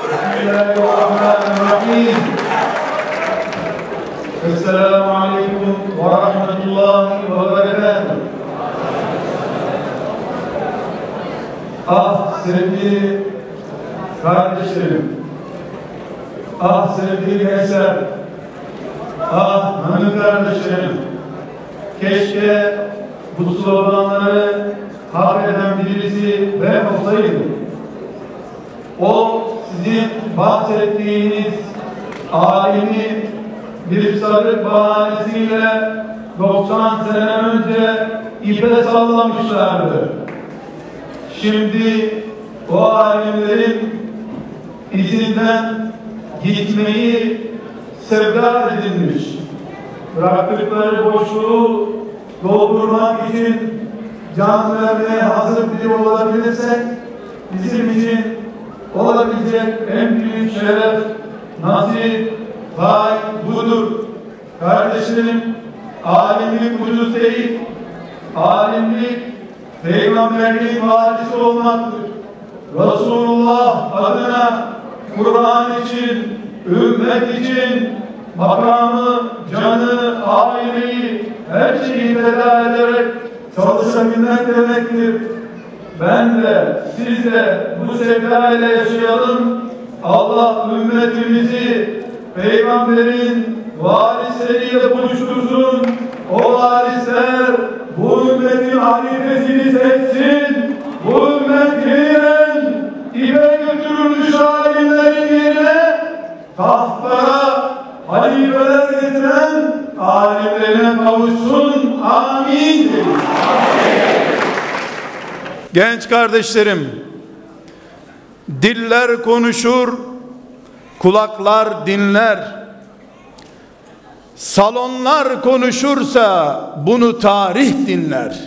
Bismillahirrahmanirrahim. Esselamu aleyküm ve rahmetullahi ve berekatuhu. Ah sevgili kardeşlerim, ah sevgili gençler, ah hanım kardeşlerim, keşke bu sloganları hak eden birisi ben olsaydım. O sizin bahsettiğiniz alimi bir sarık bahanesiyle 90 sene önce ipe sallamışlardı. Şimdi o alimlerin izinden gitmeyi sevda edilmiş. Bıraktıkları boşluğu doldurmak için can vermeye hazır biri olabilirsek bizim için olabilecek en büyük şeref, nasip, pay budur. Kardeşlerim, alimlik ucuz değil. Alimlik peygamberliğin varisi olmaktır. Resulullah adına, Kur'an için, ümmet için makamı, canı, aileyi, her şeyi feda ederek çalışabilmek demektir. Ben de, siz de bu sevdayla yaşayalım. Allah ümmetimizi peygamberin varisleriyle buluştursun. O varisler bu ümmetin halifesini seçsin. Bu ümmet yeniden ipe götürülmüş alimlerin yerine tahtlara halifeler getiren alimlerine kavuşsun. Amin. Genç kardeşlerim, diller konuşur, kulaklar dinler. Salonlar konuşursa bunu tarih dinler.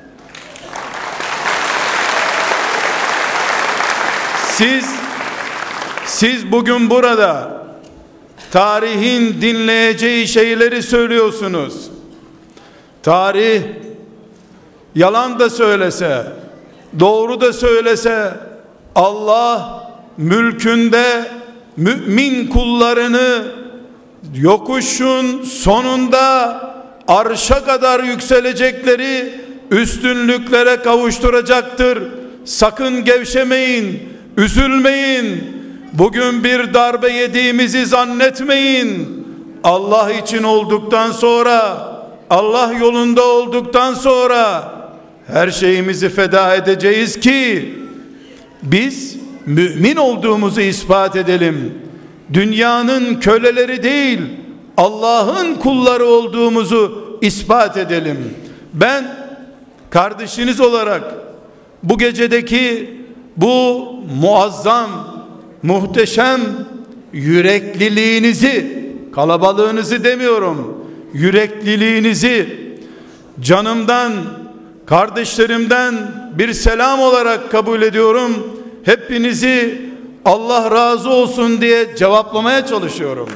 Siz bugün burada tarihin dinleyeceği şeyleri söylüyorsunuz. Tarih yalan da söylese, doğru da söylese, Allah mülkünde mümin kullarını yokuşun sonunda arşa kadar yükselecekleri üstünlüklere kavuşturacaktır. Sakın gevşemeyin, üzülmeyin. Bugün bir darbe yediğimizi zannetmeyin. Allah için olduktan sonra, Allah yolunda olduktan sonra her şeyimizi feda edeceğiz ki biz mümin olduğumuzu ispat edelim. Dünyanın köleleri değil, Allah'ın kulları olduğumuzu ispat edelim. Ben kardeşiniz olarak bu gecedeki bu muazzam, muhteşem yürekliliğinizi, kalabalığınızı demiyorum, yürekliliğinizi canımdan, kardeşlerimden bir selam olarak kabul ediyorum. Hepinizi Allah razı olsun diye cevaplamaya çalışıyorum.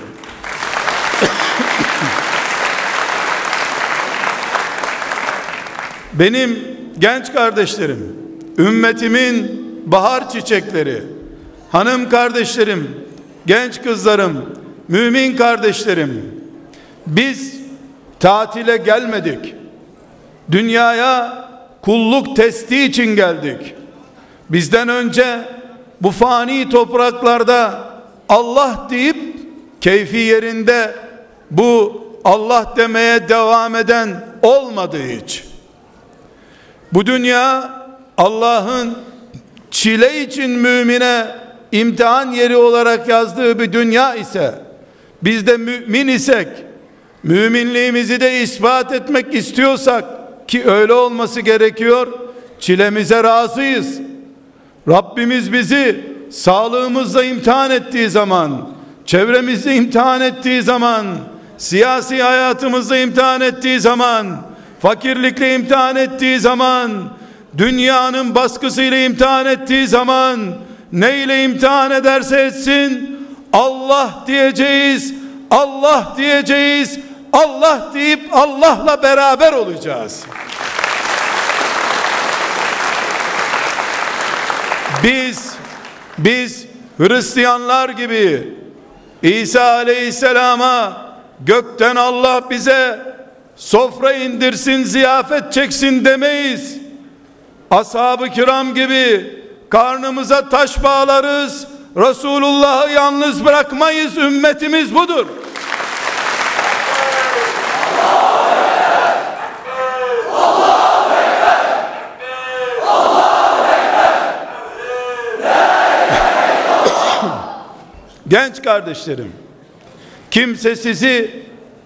Benim genç kardeşlerim, ümmetimin bahar çiçekleri, hanım kardeşlerim, genç kızlarım, mümin kardeşlerim, biz tatile gelmedik. Dünyaya kulluk testi için geldik. Bizden önce bu fani topraklarda Allah deyip keyfi yerinde bu Allah demeye devam eden olmadı hiç. Bu dünya Allah'ın çile için mümine imtihan yeri olarak yazdığı bir dünya ise, biz de mümin isek, müminliğimizi de ispat etmek istiyorsak, ki öyle olması gerekiyor, çilemize razıyız. Rabbimiz bizi sağlığımızla imtihan ettiği zaman, çevremizle imtihan ettiği zaman, siyasi hayatımızla imtihan ettiği zaman, fakirlikle imtihan ettiği zaman, dünyanın baskısıyla imtihan ettiği zaman, neyle imtihan ederse etsin, Allah diyeceğiz, Allah diyeceğiz, Allah deyip Allah'la beraber olacağız. Biz Hristiyanlar gibi İsa aleyhisselama gökten Allah bize sofra indirsin, ziyafet çeksin demeyiz. Ashab-ı kiram gibi karnımıza taş bağlarız, Resulullah'ı yalnız bırakmayız. Ümmetimiz budur. Genç kardeşlerim, kimse sizi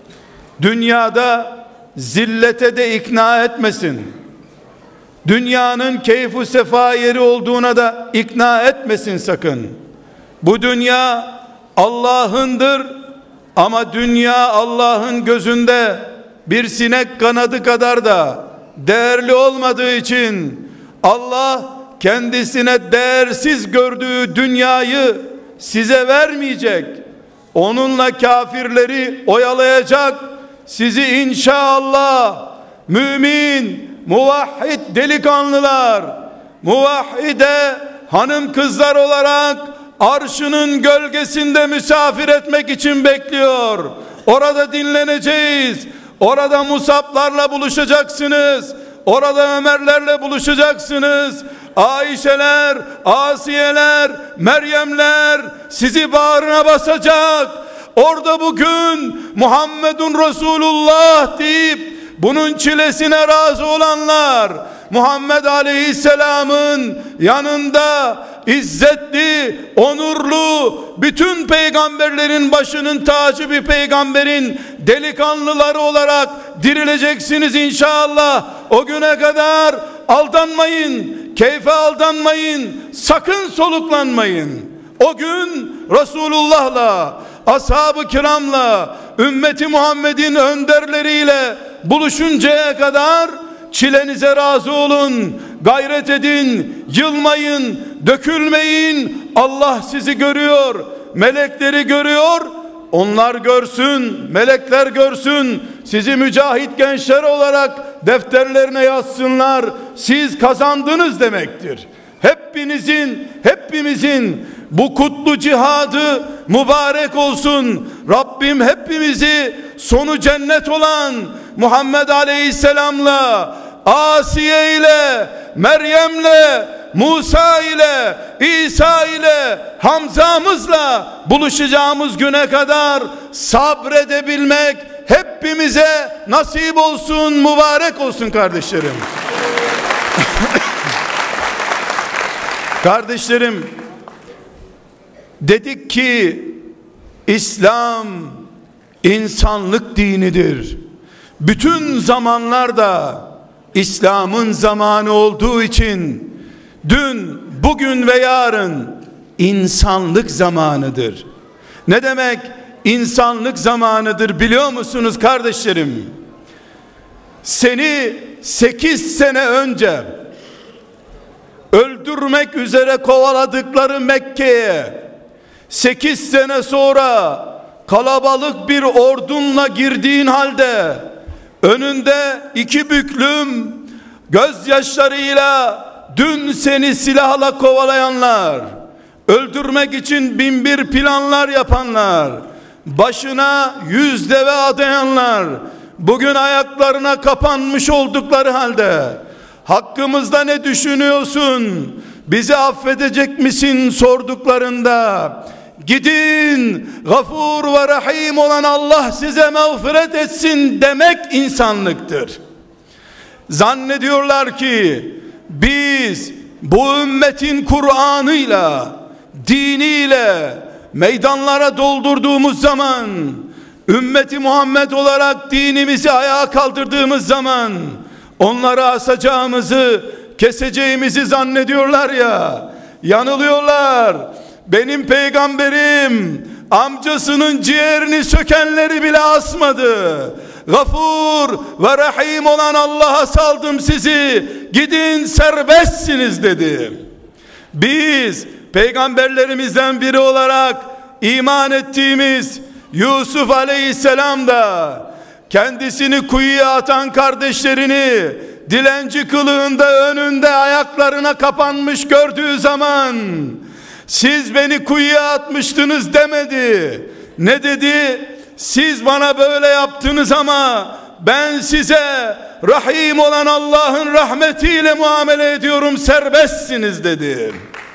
dünyada zillete de ikna etmesin. Dünyanın keyfu sefa yeri olduğuna da ikna etmesin sakın. Bu dünya Allah'ındır ama dünya Allah'ın gözünde bir sinek kanadı kadar da değerli olmadığı için Allah kendisine değersiz gördüğü dünyayı size vermeyecek. Onunla kafirleri oyalayacak. Sizi inşallah mümin, muvahhid delikanlılar, muvahhide hanım kızlar olarak arşının gölgesinde misafir etmek için bekliyor. Orada dinleneceğiz. Orada Musablarla buluşacaksınız. Orada Ömerlerle buluşacaksınız. Ayşeler, Asiyeler, Meryemler sizi bağrına basacak. Orada bugün Muhammedun Resulullah deyip bunun çilesine razı olanlar, Muhammed Aleyhisselam'ın yanında izzetli, onurlu, bütün peygamberlerin başının tacı bir peygamberin delikanlıları olarak dirileceksiniz inşallah. O güne kadar aldanmayın, keyfe aldanmayın, sakın soluklanmayın. O gün Resulullah'la, ashab-ı kiramla, ümmeti Muhammed'in önderleriyle buluşuncaya kadar çilenize razı olun, gayret edin, yılmayın, dökülmeyin. Allah sizi görüyor, melekleri görüyor. Onlar görsün, melekler görsün, sizi mücahit gençler olarak defterlerine yazsınlar. Siz kazandınız demektir. Hepimizin bu kutlu cihadı mübarek olsun. Rabbim hepimizi sonu cennet olan Muhammed Aleyhisselam'la, Asiye ile, Meryem'le, Musa ile, İsa ile, Hamza'mızla buluşacağımız güne kadar sabredebilmek hepimize nasip olsun, mübarek olsun kardeşlerim. Kardeşlerim, dedik ki İslam insanlık dinidir. Bütün zamanlarda İslam'ın zamanı olduğu için dün, bugün ve yarın insanlık zamanıdır. Ne demek insanlık zamanıdır biliyor musunuz kardeşlerim? Seni 8 sene önce öldürmek üzere kovaladıkları Mekke'ye 8 sene sonra kalabalık bir ordunla girdiğin halde önünde 2 büklüm gözyaşlarıyla dün seni silahla kovalayanlar, öldürmek için 1001 planlar yapanlar, başına 100 deve adayanlar, bugün ayaklarına kapanmış oldukları halde hakkımızda ne düşünüyorsun, bizi affedecek misin sorduklarında, gidin Gafur ve Rahim olan Allah size mağfiret etsin demek insanlıktır. Zannediyorlar ki biz bu ümmetin Kur'an'ıyla, diniyle meydanlara doldurduğumuz zaman, ümmeti Muhammed olarak dinimizi ayağa kaldırdığımız zaman onları asacağımızı, keseceğimizi zannediyorlar ya, yanılıyorlar. Benim peygamberim amcasının ciğerini sökenleri bile asmadı. Gafur ve Rahim olan Allah'a saldım sizi, gidin serbestsiniz dedi. Biz peygamberlerimizden biri olarak iman ettiğimiz Yusuf Aleyhisselam da kendisini kuyuya atan kardeşlerini dilenci kılığında önünde ayaklarına kapanmış gördüğü zaman Siz beni kuyuya atmıştınız demedi. Ne dedi? Siz bana böyle yaptınız ama ben size Rahim olan Allah'ın rahmetiyle muamele ediyorum, serbestsiniz dedi.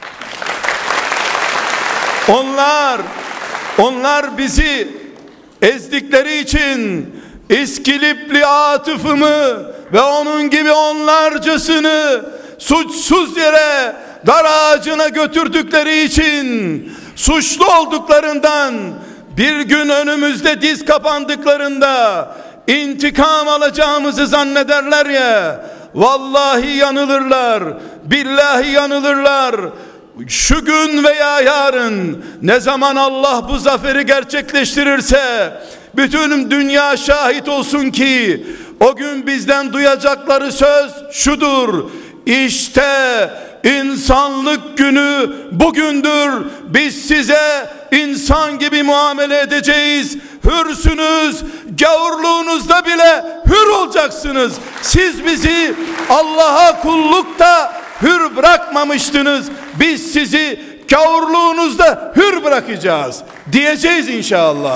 Onlar bizi ezdikleri için İskilipli Atıf'ımı ve onun gibi onlarcasını suçsuz yere dar ağacına götürdükleri için, suçlu olduklarından, bir gün önümüzde diz kapandıklarında intikam alacağımızı zannederler ya, vallahi yanılırlar, billahi yanılırlar. Şu gün veya yarın, ne zaman Allah bu zaferi gerçekleştirirse, bütün dünya şahit olsun ki o gün bizden duyacakları söz şudur: İşte insanlık günü bugündür. Biz size insan gibi muamele edeceğiz. Hürsünüz, gavurluğunuzda bile hür olacaksınız. Siz bizi Allah'a kullukta hür bırakmamıştınız. Biz sizi gavurluğunuzda hür bırakacağız diyeceğiz inşallah.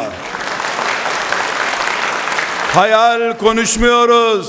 Hayal konuşmuyoruz.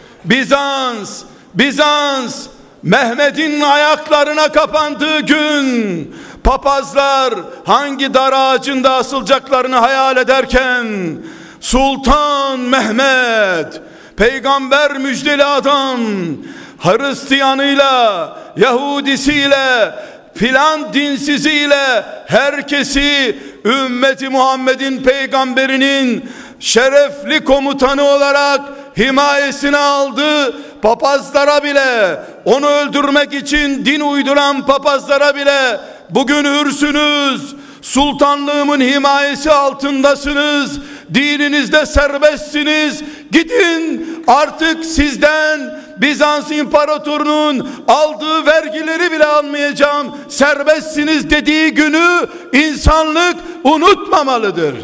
Bizans Mehmet'in ayaklarına kapandığı gün papazlar hangi dar ağacında asılacaklarını hayal ederken, Sultan Mehmet, peygamber müjdeli adam, Hristiyanıyla, Yahudisiyle, filan dinsiziyle herkesi ümmeti Muhammed'in, peygamberinin şerefli komutanı olarak himayesine aldı. Papazlara bile, onu öldürmek için din uyduran papazlara bile, bugün hürsünüz, sultanlığımın himayesi altındasınız, dininizde serbestsiniz, gidin artık sizden Bizans imparatorunun aldığı vergileri bile almayacağım, serbestsiniz dediği günü insanlık unutmamalıdır.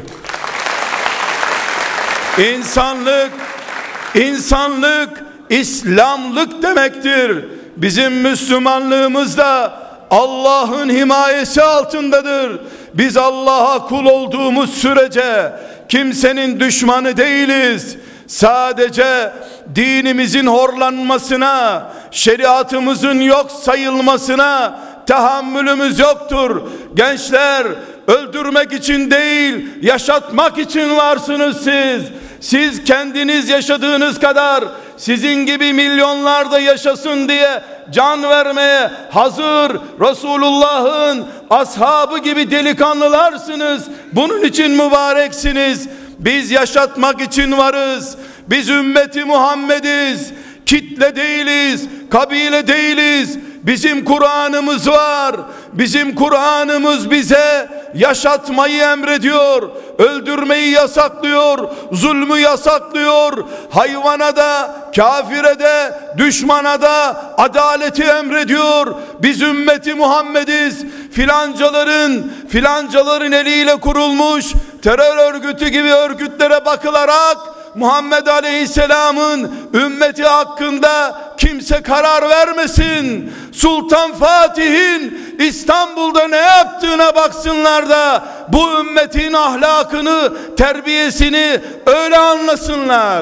İnsanlık İslamlık demektir. Bizim Müslümanlığımız da Allah'ın himayesi altındadır. Biz Allah'a kul olduğumuz sürece kimsenin düşmanı değiliz. Sadece dinimizin horlanmasına, şeriatımızın yok sayılmasına tahammülümüz yoktur. Gençler, öldürmek için değil, yaşatmak için varsınız siz. Siz kendiniz yaşadığınız kadar sizin gibi milyonlar da yaşasın diye can vermeye hazır Resulullah'ın ashabı gibi delikanlılarsınız. Bunun için mübareksiniz. Biz yaşatmak için varız. Biz ümmeti Muhammediz. Kitle değiliz, kabile değiliz. Bizim Kur'an'ımız var. Bizim Kur'an'ımız bize yaşatmayı emrediyor, öldürmeyi yasaklıyor, zulmü yasaklıyor, hayvana da, kafire de, düşmana da adaleti emrediyor. Biz ümmeti Muhammediz. Filancaların eliyle kurulmuş terör örgütü gibi örgütlere bakılarak Muhammed Aleyhisselam'ın ümmeti hakkında kimse karar vermesin. Sultan Fatih'in İstanbul'da ne yaptığına baksınlar da bu ümmetin ahlakını, terbiyesini öyle anlasınlar.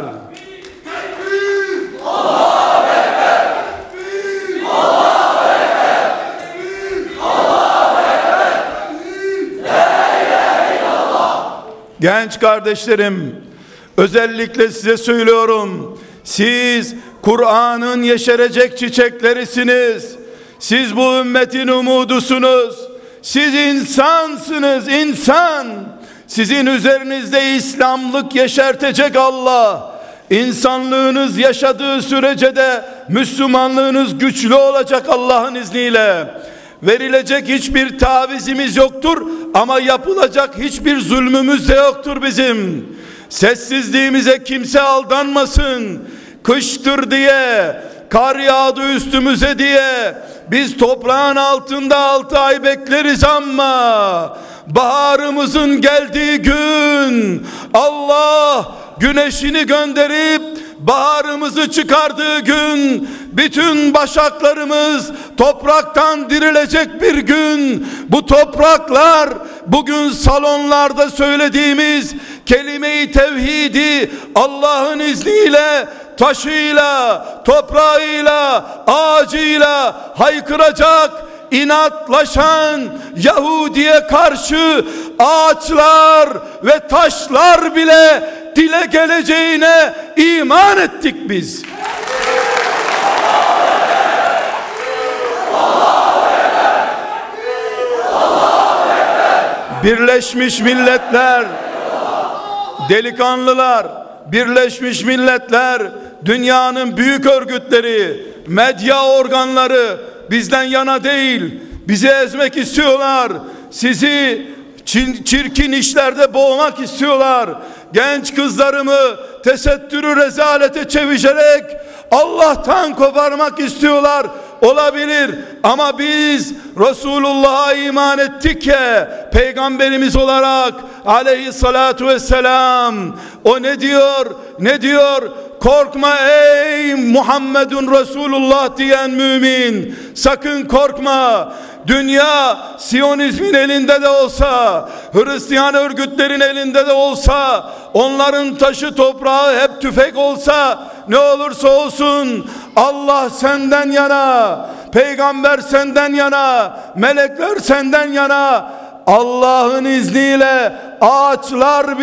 Allahu Ekber! Allahu Ekber! Allahu Ekber! La ilahe illallah! Genç kardeşlerim, özellikle size söylüyorum. Siz Kur'an'ın yeşerecek çiçeklerisiniz. Siz bu ümmetin umudusunuz. Siz insansınız, insan. Sizin üzerinizde İslamlık yeşertecek Allah. İnsanlığınız yaşadığı sürece de Müslümanlığınız güçlü olacak Allah'ın izniyle. Verilecek hiçbir tavizimiz yoktur ama yapılacak hiçbir zulmümüz de yoktur bizim. Sessizliğimize kimse aldanmasın. Kıştır diye, kar yağdı üstümüze diye biz toprağın altında 6 ay bekleriz ama baharımızın geldiği gün Allah güneşini gönderip baharımızı çıkardığı gün bütün başaklarımız topraktan dirilecek bir gün. Bu topraklar bugün salonlarda söylediğimiz kelime-i tevhidi Allah'ın izniyle taşıyla, toprağıyla, ağacıyla haykıracak. İnatlaşan Yahudi'ye karşı ağaçlar ve taşlar bile dile geleceğine iman ettik biz. Birleşmiş Milletler, delikanlılar, Birleşmiş Milletler, dünyanın büyük örgütleri, medya organları bizden yana değil, bizi ezmek istiyorlar, sizi çirkin işlerde boğmak istiyorlar. Genç kızlarımı tesettürü rezalete çevirerek Allah'tan koparmak istiyorlar. Olabilir ama biz Resulullah'a iman ettik ya, peygamberimiz olarak aleyhissalatu vesselam. O ne diyor? Ne diyor? Korkma ey Muhammedun Resulullah diyen mümin, sakın korkma. Dünya Siyonizmin elinde de olsa, Hristiyan örgütlerin elinde de olsa, onların taşı toprağı hep tüfek olsa, ne olursa olsun Allah senden yana, peygamber senden yana, melekler senden yana. Allah'ın izniyle ağaçlar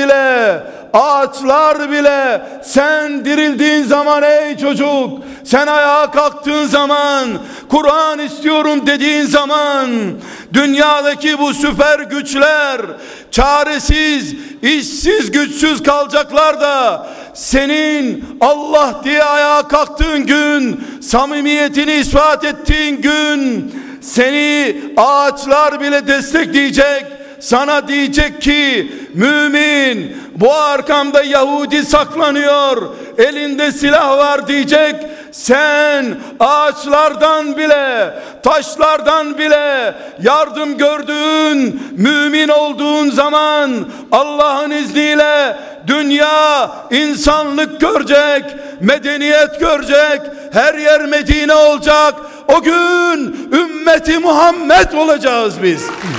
bile sen dirildiğin zaman ey çocuk, sen ayağa kalktığın zaman, Kur'an istiyorum dediğin zaman, dünyadaki bu süper güçler çaresiz, işsiz, güçsüz kalacaklar da senin Allah diye ayağa kalktığın gün, samimiyetini ispat ettiğin gün, seni ağaçlar bile destekleyecek. Sana diyecek ki mümin, bu arkamda Yahudi saklanıyor, elinde silah var diyecek. Sen ağaçlardan bile, taşlardan bile yardım gördüğün, mümin olduğun zaman Allah'ın izniyle dünya insanlık görecek, medeniyet görecek, her yer Medine olacak. O gün ümmeti Muhammed olacağız biz.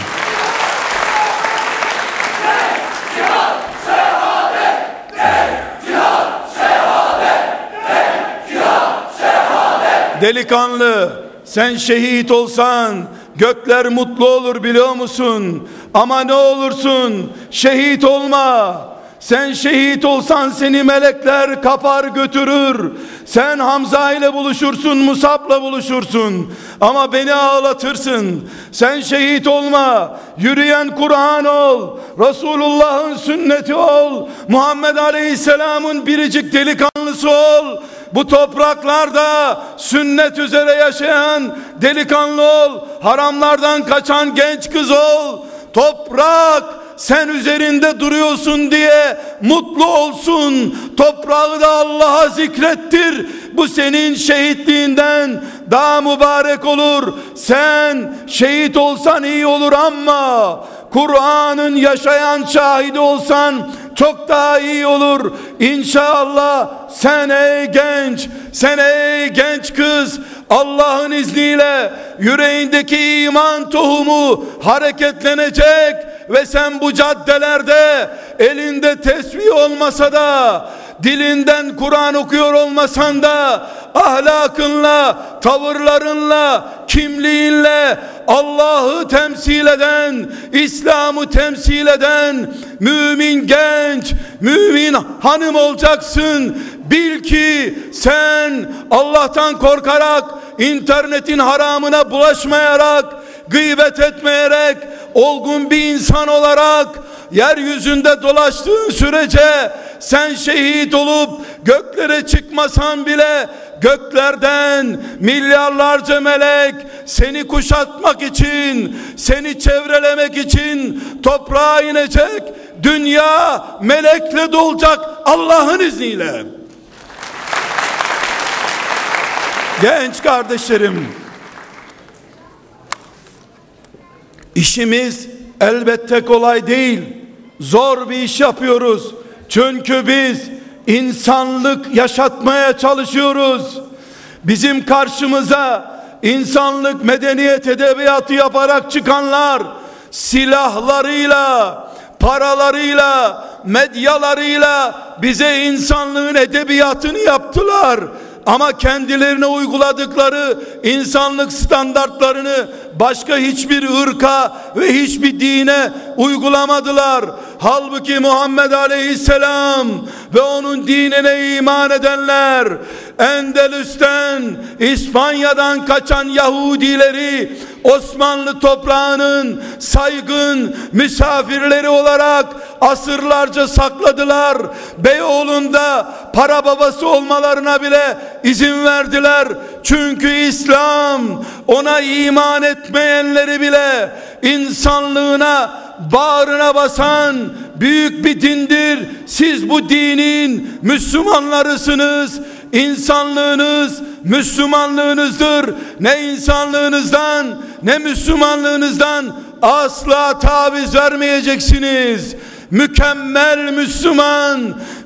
Delikanlı, sen şehit olsan gökler mutlu olur biliyor musun? Ama ne olursun şehit olma. Sen şehit olsan seni melekler kapar götürür. Sen Hamza ile buluşursun, Musab'la buluşursun. Ama beni ağlatırsın. Sen şehit olma. Yürüyen Kur'an ol. Resulullah'ın sünneti ol. Muhammed Aleyhisselam'ın biricik delikanlısı ol. Bu topraklarda sünnet üzere yaşayan delikanlı ol. Haramlardan kaçan genç kız ol. Toprak sen üzerinde duruyorsun diye mutlu olsun. Toprağı da Allah'a zikrettir. Bu senin şehitliğinden daha mübarek olur. Sen şehit olsan iyi olur ama Kur'an'ın yaşayan şahidi olsan çok daha iyi olur. İnşallah sen ey genç kız, Allah'ın izniyle yüreğindeki iman tohumu hareketlenecek ve sen bu caddelerde elinde tesbih olmasa da, dilinden Kur'an okuyor olmasan da, ahlakınla, tavırlarınla, kimliğinle Allah'ı temsil eden, İslam'ı temsil eden mümin genç, mümin hanım olacaksın. Bil ki sen Allah'tan korkarak, internetin haramına bulaşmayarak, gıybet etmeyerek, olgun bir insan olarak yeryüzünde dolaştığın sürece sen şehit olup göklere çıkmasan bile göklerden milyarlarca melek seni kuşatmak için, seni çevrelemek için toprağa inecek. Dünya melekle dolacak Allah'ın izniyle. Genç kardeşlerim, işimiz elbette kolay değil. Zor bir iş yapıyoruz. Çünkü biz insanlık yaşatmaya çalışıyoruz. bizim karşımıza insanlık, medeniyet edebiyatı yaparak çıkanlar silahlarıyla, paralarıyla, medyalarıyla bize insanlığın edebiyatını yaptılar. Ama kendilerine uyguladıkları insanlık standartlarını başka hiçbir ırka ve hiçbir dine uygulamadılar. Halbuki Muhammed Aleyhisselam ve onun dinine iman edenler, Endülüs'ten, İspanya'dan kaçan Yahudileri Osmanlı toprağının saygın misafirleri olarak asırlarca sakladılar. Beyoğlu'nda para babası olmalarına bile izin verdiler. Çünkü İslam ona iman etmeyenleri bile insanlığına, bağrına basan büyük bir dindir. Siz bu dinin Müslümanlarısınız. İnsanlığınız Müslümanlığınızdır. Ne insanlığınızdan ne Müslümanlığınızdan asla taviz vermeyeceksiniz. Mükemmel Müslüman,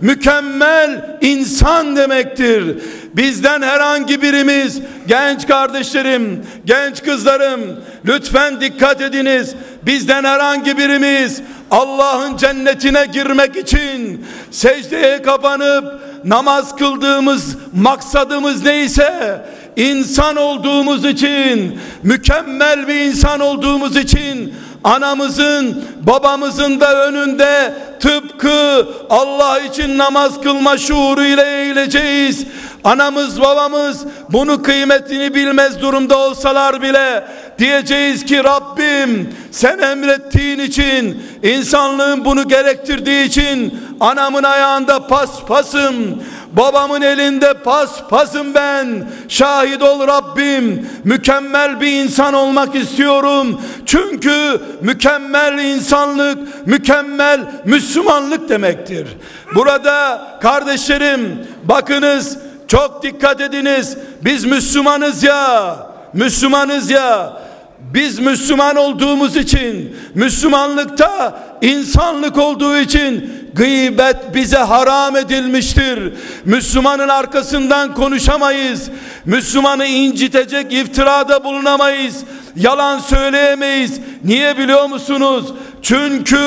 mükemmel insan demektir. Bizden herhangi birimiz, genç kardeşlerim, genç kızlarım, lütfen dikkat ediniz. Bizden herhangi birimiz Allah'ın cennetine girmek için secdeye kapanıp namaz kıldığımız maksadımız neyse, insan olduğumuz için, mükemmel bir insan olduğumuz için anamızın, babamızın da önünde tıpkı Allah için namaz kılma şuuru ile eğileceğiz. Anamız, babamız bunu kıymetini bilmez durumda olsalar bile diyeceğiz ki Rabbim sen emrettiğin için, insanlığın bunu gerektirdiği için anamın ayağında paspasım, babamın elinde paspasım ben. Şahit ol Rabbim, mükemmel bir insan olmak istiyorum. Çünkü mükemmel insanlık, mükemmel Müslümanlık demektir. Burada kardeşlerim bakınız, çok dikkat ediniz. Biz Müslümanız ya, Müslümanız ya. Biz Müslüman olduğumuz için, Müslümanlıkta insanlık olduğu için gıybet bize haram edilmiştir. Müslümanın arkasından konuşamayız. Müslümanı incitecek iftirada bulunamayız. Yalan söyleyemeyiz. Niye biliyor musunuz? Çünkü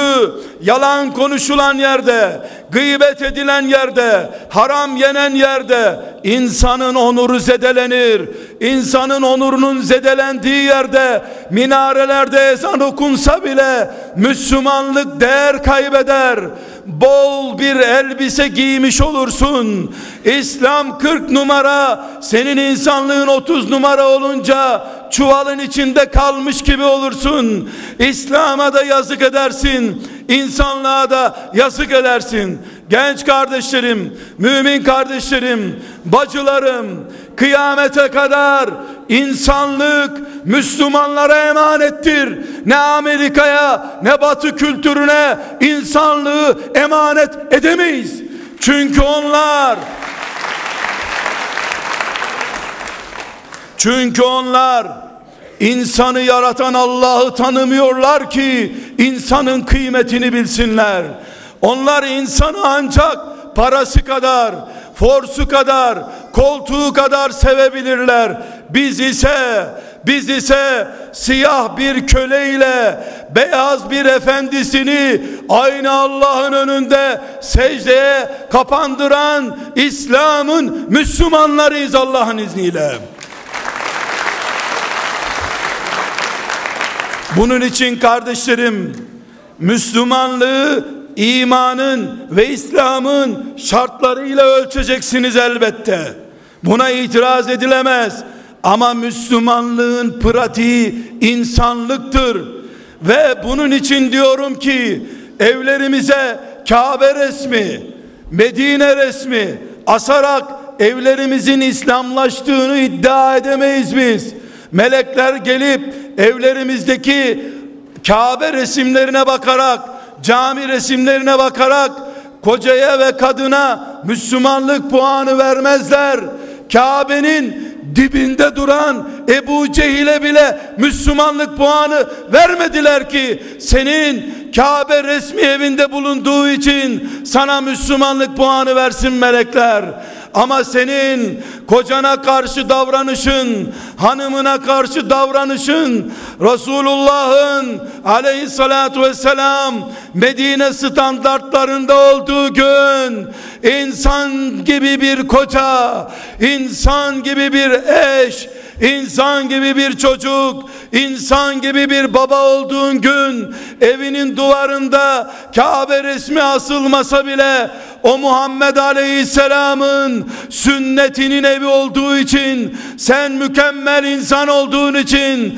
yalan konuşulan yerde, gıybet edilen yerde, haram yenen yerde insanın onuru zedelenir. İnsanın onurunun zedelendiği yerde minarelerde ezan okunsa bile Müslümanlık değer kaybeder. Bol bir elbise giymiş olursun. İslam 40 numara, senin insanlığın 30 numara olunca çuvalın içinde kalmış gibi olursun. İslam'a da yazık edersin, insanlığa da yazık edersin. Genç kardeşlerim, mümin kardeşlerim, bacılarım, kıyamete kadar insanlık Müslümanlara emanettir. Ne Amerika'ya ne Batı kültürüne insanlığı emanet edemeyiz. Çünkü onlar insanı yaratan Allah'ı tanımıyorlar ki insanın kıymetini bilsinler. Onlar insanı ancak parası kadar, forsu kadar, koltuğu kadar sevebilirler. Biz ise siyah bir köleyle beyaz bir efendisini aynı Allah'ın önünde secdeye kapandıran İslam'ın Müslümanlarıyız Allah'ın izniyle. Bunun için kardeşlerim, Müslümanlığı imanın ve İslam'ın şartlarıyla ölçeceksiniz elbette. Buna itiraz edilemez. Ama Müslümanlığın pratiği insanlıktır. Ve bunun için diyorum ki evlerimize Kabe resmi, Medine resmi asarak evlerimizin İslamlaştığını iddia edemeyiz biz. Melekler gelip evlerimizdeki Kabe resimlerine bakarak, cami resimlerine bakarak kocaya ve kadına Müslümanlık puanı vermezler. Kabe'nin dibinde duran Ebu Cehil'e bile Müslümanlık puanı vermediler ki senin Kabe resmi evinde bulunduğu için sana Müslümanlık puanı versin melekler. Ama senin kocana karşı davranışın, hanımına karşı davranışın, Resulullah'ın aleyhissalatu vesselam Medine standartlarında olduğu gün, insan gibi bir koca, insan gibi bir eş, İnsan gibi bir çocuk, insan gibi bir baba olduğun gün, evinin duvarında Kabe resmi asılmasa bile, o Muhammed Aleyhisselam'ın sünnetinin evi olduğu için, sen mükemmel insan olduğun için,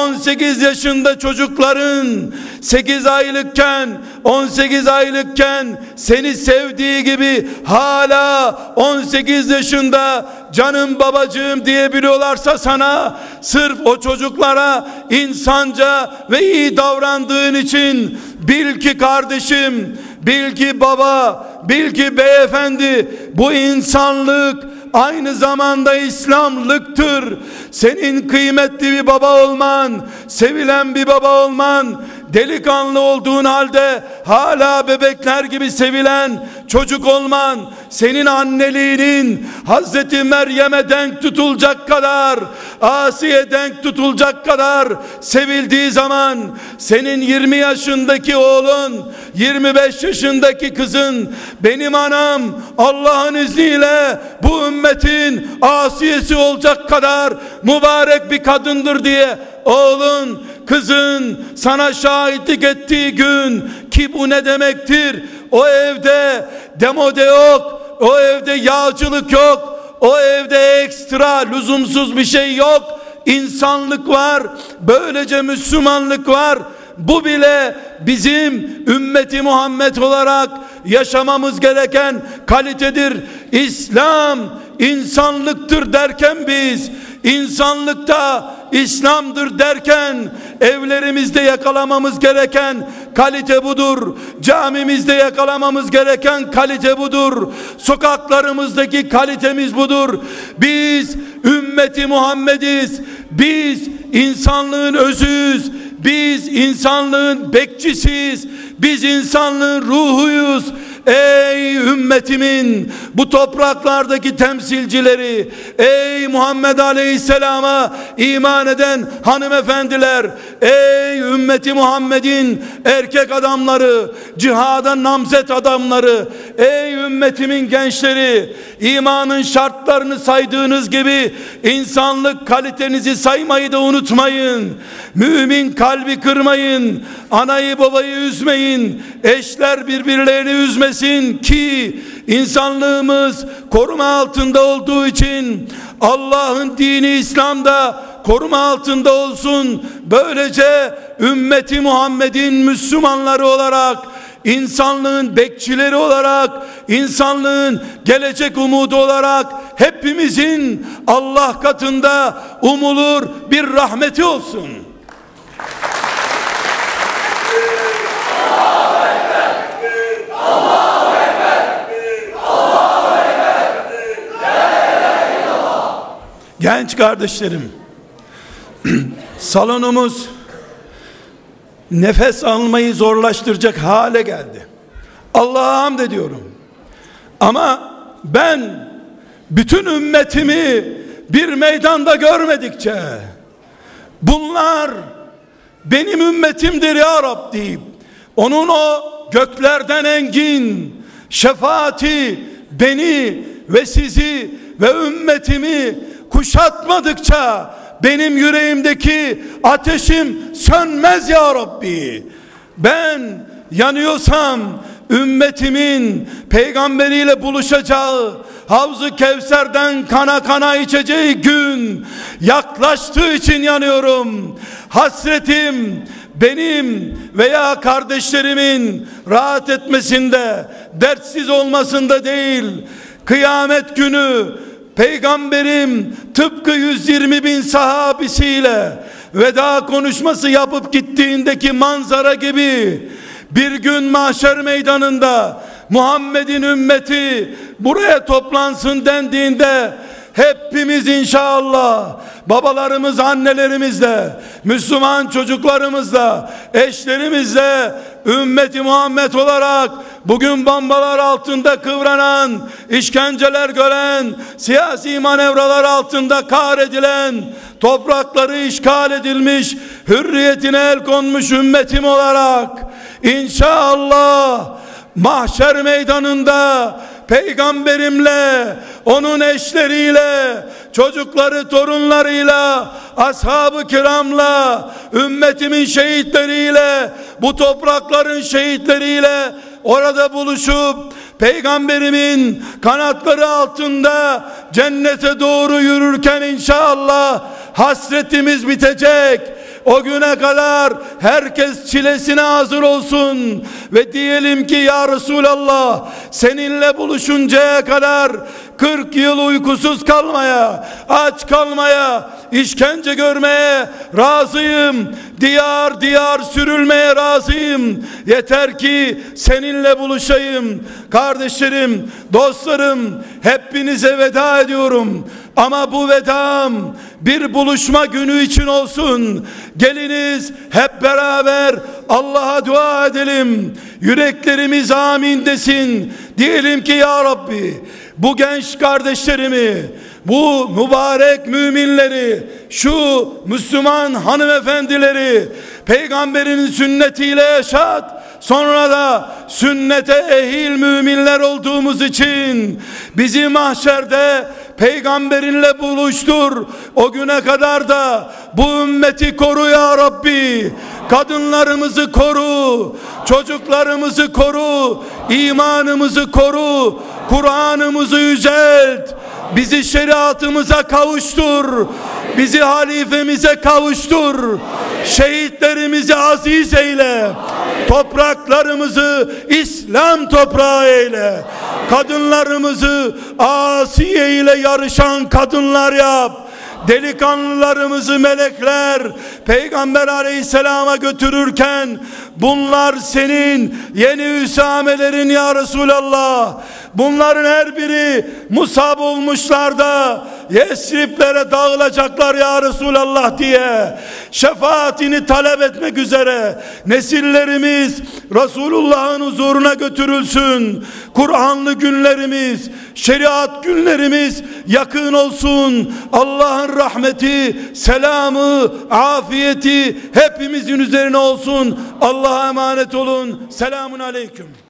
18 yaşında çocukların 8 aylıkken, 18 aylıkken seni sevdiği gibi hala 18 yaşında canım babacığım diyebiliyorlarsa sana, sırf o çocuklara insanca ve iyi davrandığın için, bil ki kardeşim, bil ki baba, bil ki beyefendi, bu insanlık aynı zamanda İslamlıktır. Senin kıymetli bir baba olman, sevilen bir baba olman, delikanlı olduğun halde hala bebekler gibi sevilen çocuk olman, senin anneliğinin Hazreti Meryem'e denk tutulacak kadar, Asiye denk tutulacak kadar sevildiği zaman, senin 20 yaşındaki oğlun, 25 yaşındaki kızın, benim anam Allah'ın izniyle bu ümmetin Asiye'si olacak kadar mübarek bir kadındır diye oğlun, kızın sana şahitlik ettiği gün, ki bu ne demektir? O evde demode yok, o evde yağcılık yok, o evde ekstra lüzumsuz bir şey yok. İnsanlık var, böylece Müslümanlık var. Bu bile bizim ümmeti Muhammed olarak yaşamamız gereken kalitedir. İslam insanlıktır derken biz, insanlıkta İslam'dır derken, evlerimizde yakalamamız gereken kalite budur. Camimizde yakalamamız gereken kalite budur. Sokaklarımızdaki kalitemiz budur. Biz ümmeti Muhammediz. Biz insanlığın özüyüz. Biz insanlığın bekçisiyiz. Biz insanlığın ruhuyuz. Ey ümmetimin bu topraklardaki temsilcileri, ey Muhammed Aleyhisselam'a iman eden hanımefendiler, ey ümmeti Muhammed'in erkek adamları, cihada namzet adamları, ey ümmetimin gençleri, imanın şartlarını saydığınız gibi insanlık kalitenizi saymayı da unutmayın. Mümin kalbi kırmayın, anayı babayı üzmeyin, eşler birbirlerini üzmesin ki insanlığımız koruma altında olduğu için Allah'ın dini İslam'da koruma altında olsun. Böylece ümmeti Muhammed'in Müslümanları olarak, insanlığın bekçileri olarak, insanlığın gelecek umudu olarak hepimizin Allah katında umulur bir rahmeti olsun. Genç kardeşlerim, salonumuz nefes almayı zorlaştıracak hale geldi. Allah'a hamd ediyorum. Ama ben bütün ümmetimi bir meydanda görmedikçe, bunlar benim ümmetimdir ya Rab deyip, onun o göklerden engin şefaati beni ve sizi ve ümmetimi kuşatmadıkça benim yüreğimdeki ateşim sönmez ya Rabbi. Ben yanıyorsam ümmetimin peygamberiyle buluşacağı, Havz-ı Kevser'den kana kana içeceği gün yaklaştığı için yanıyorum. Hasretim benim veya kardeşlerimin rahat etmesinde, dertsiz olmasında değil, kıyamet günü Peygamberim tıpkı 120 bin sahabisiyle veda konuşması yapıp gittiğindeki manzara gibi bir gün mahşer meydanında Muhammed'in ümmeti buraya toplansın dendiğinde hepimiz inşallah babalarımız, annelerimizle, Müslüman çocuklarımızla, eşlerimizle, ümmeti Muhammed olarak bugün bombalar altında kıvranan, işkenceler gören, siyasi manevralar altında kahredilen, toprakları işgal edilmiş, hürriyetine el konmuş ümmetim olarak inşallah mahşer meydanında Peygamberimle, onun eşleriyle, çocukları, torunlarıyla, ashab-ı kiramla, ümmetimin şehitleriyle, bu toprakların şehitleriyle orada buluşup Peygamberimin kanatları altında cennete doğru yürürken inşallah hasretimiz bitecek. O güne kadar herkes çilesine hazır olsun ve diyelim ki ya Resulallah, seninle buluşuncaya kadar 40 yıl uykusuz kalmaya, aç kalmaya, işkence görmeye razıyım, diyar diyar sürülmeye razıyım, yeter ki seninle buluşayım. Kardeşlerim, dostlarım, hepinize veda ediyorum ama bu vedam bir buluşma günü için olsun. Geliniz hep beraber Allah'a dua edelim, yüreklerimiz amin desin. Diyelim ki ya Rabbi, bu genç kardeşlerimi, bu mübarek müminleri, şu Müslüman hanımefendileri Peygamberinin sünnetiyle yaşat. Sonra da sünnete ehil müminler olduğumuz için bizi mahşerde Peygamberinle buluştur. O güne kadar da bu ümmeti koru ya Rabbi. Kadınlarımızı koru, çocuklarımızı koru, imanımızı koru, Kur'an'ımızı yücelt. Bizi şeriatımıza kavuştur. Bizi halifemize kavuştur. Şehitlerimizi aziz eyle. Topraklarımızı İslam toprağı eyle. Kadınlarımızı Asiye ile yarışan kadınlar yap. Delikanlılarımızı melekler Peygamber aleyhisselama götürürken bunlar senin yeni üsamelerin ya Resulallah. Bunların her biri Musab olmuşlar da Yesrib'lere dağılacaklar ya Resulallah diye şefaatini talep etmek üzere nesillerimiz Resulullah'ın huzuruna götürülsün. Kur'anlı günlerimiz, şeriat günlerimiz yakın olsun. Allah'ın rahmeti, selamı, afiyeti hepimizin üzerine olsun. Allah'a emanet olun. Selamun aleyküm.